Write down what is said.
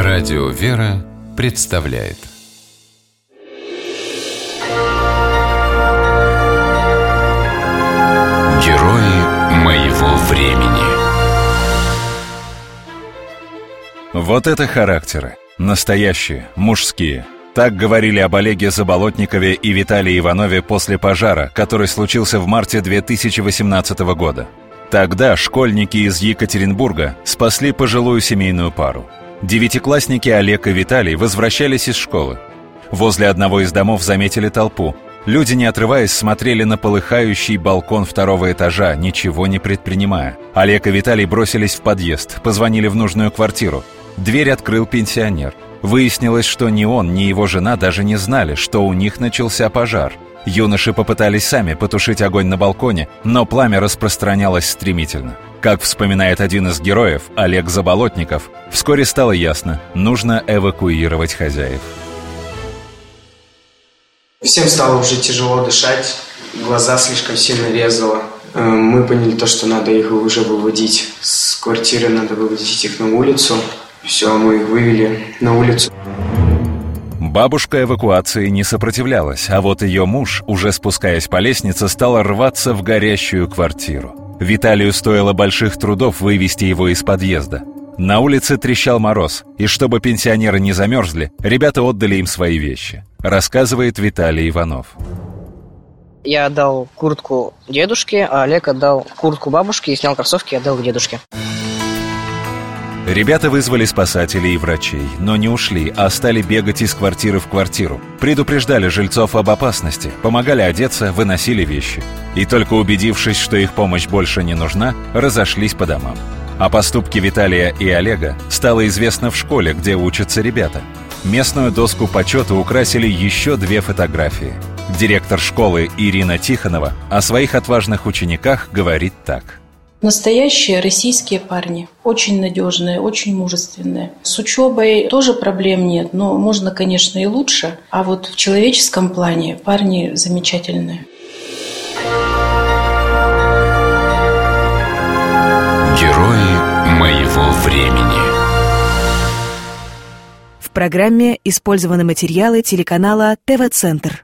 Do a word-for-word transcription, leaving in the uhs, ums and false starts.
Радио «Вера» представляет Герои моего времени. Вот это характеры. Настоящие, мужские. Так говорили об Олеге Заболотникове и Виталии Иванове после пожара, который случился в марте две тысячи восемнадцатого года. Тогда школьники из Екатеринбурга спасли пожилую семейную пару. Девятиклассники Олег и Виталий возвращались из школы. Возле одного из домов заметили толпу. Люди, не отрываясь, смотрели на полыхающий балкон второго этажа, ничего не предпринимая. Олег и Виталий бросились в подъезд, позвонили в нужную квартиру. Дверь открыл пенсионер. Выяснилось, что ни он, ни его жена даже не знали, что у них начался пожар. Юноши попытались сами потушить огонь на балконе, но пламя распространялось стремительно. Как вспоминает один из героев, Олег Заболотников, вскоре стало ясно – нужно эвакуировать хозяев. Всем стало уже тяжело дышать, глаза слишком сильно резало. Мы поняли то, что надо их уже выводить с квартиры, надо выводить их на улицу. Все, мы их вывели на улицу. Бабушка эвакуации не сопротивлялась, а вот ее муж, уже спускаясь по лестнице, стал рваться в горящую квартиру. Виталию стоило больших трудов вывести его из подъезда. На улице трещал мороз, и чтобы пенсионеры не замерзли, ребята отдали им свои вещи, рассказывает Виталий Иванов. Я отдал куртку дедушке, а Олег отдал куртку бабушке и снял кроссовки и отдал к дедушке. Ребята вызвали спасателей и врачей, но не ушли, а стали бегать из квартиры в квартиру. Предупреждали жильцов об опасности, помогали одеться, выносили вещи. И только убедившись, что их помощь больше не нужна, разошлись по домам. О поступке Виталия и Олега стало известно в школе, где учатся ребята. Местную доску почета украсили еще две фотографии. Директор школы Ирина Тихонова о своих отважных учениках говорит так. Настоящие российские парни, очень надежные, очень мужественные. С учебой тоже проблем нет, но можно, конечно, и лучше. А вот в человеческом плане парни замечательные. Герои моего времени. В программе использованы материалы телеканала тэ вэ-центр.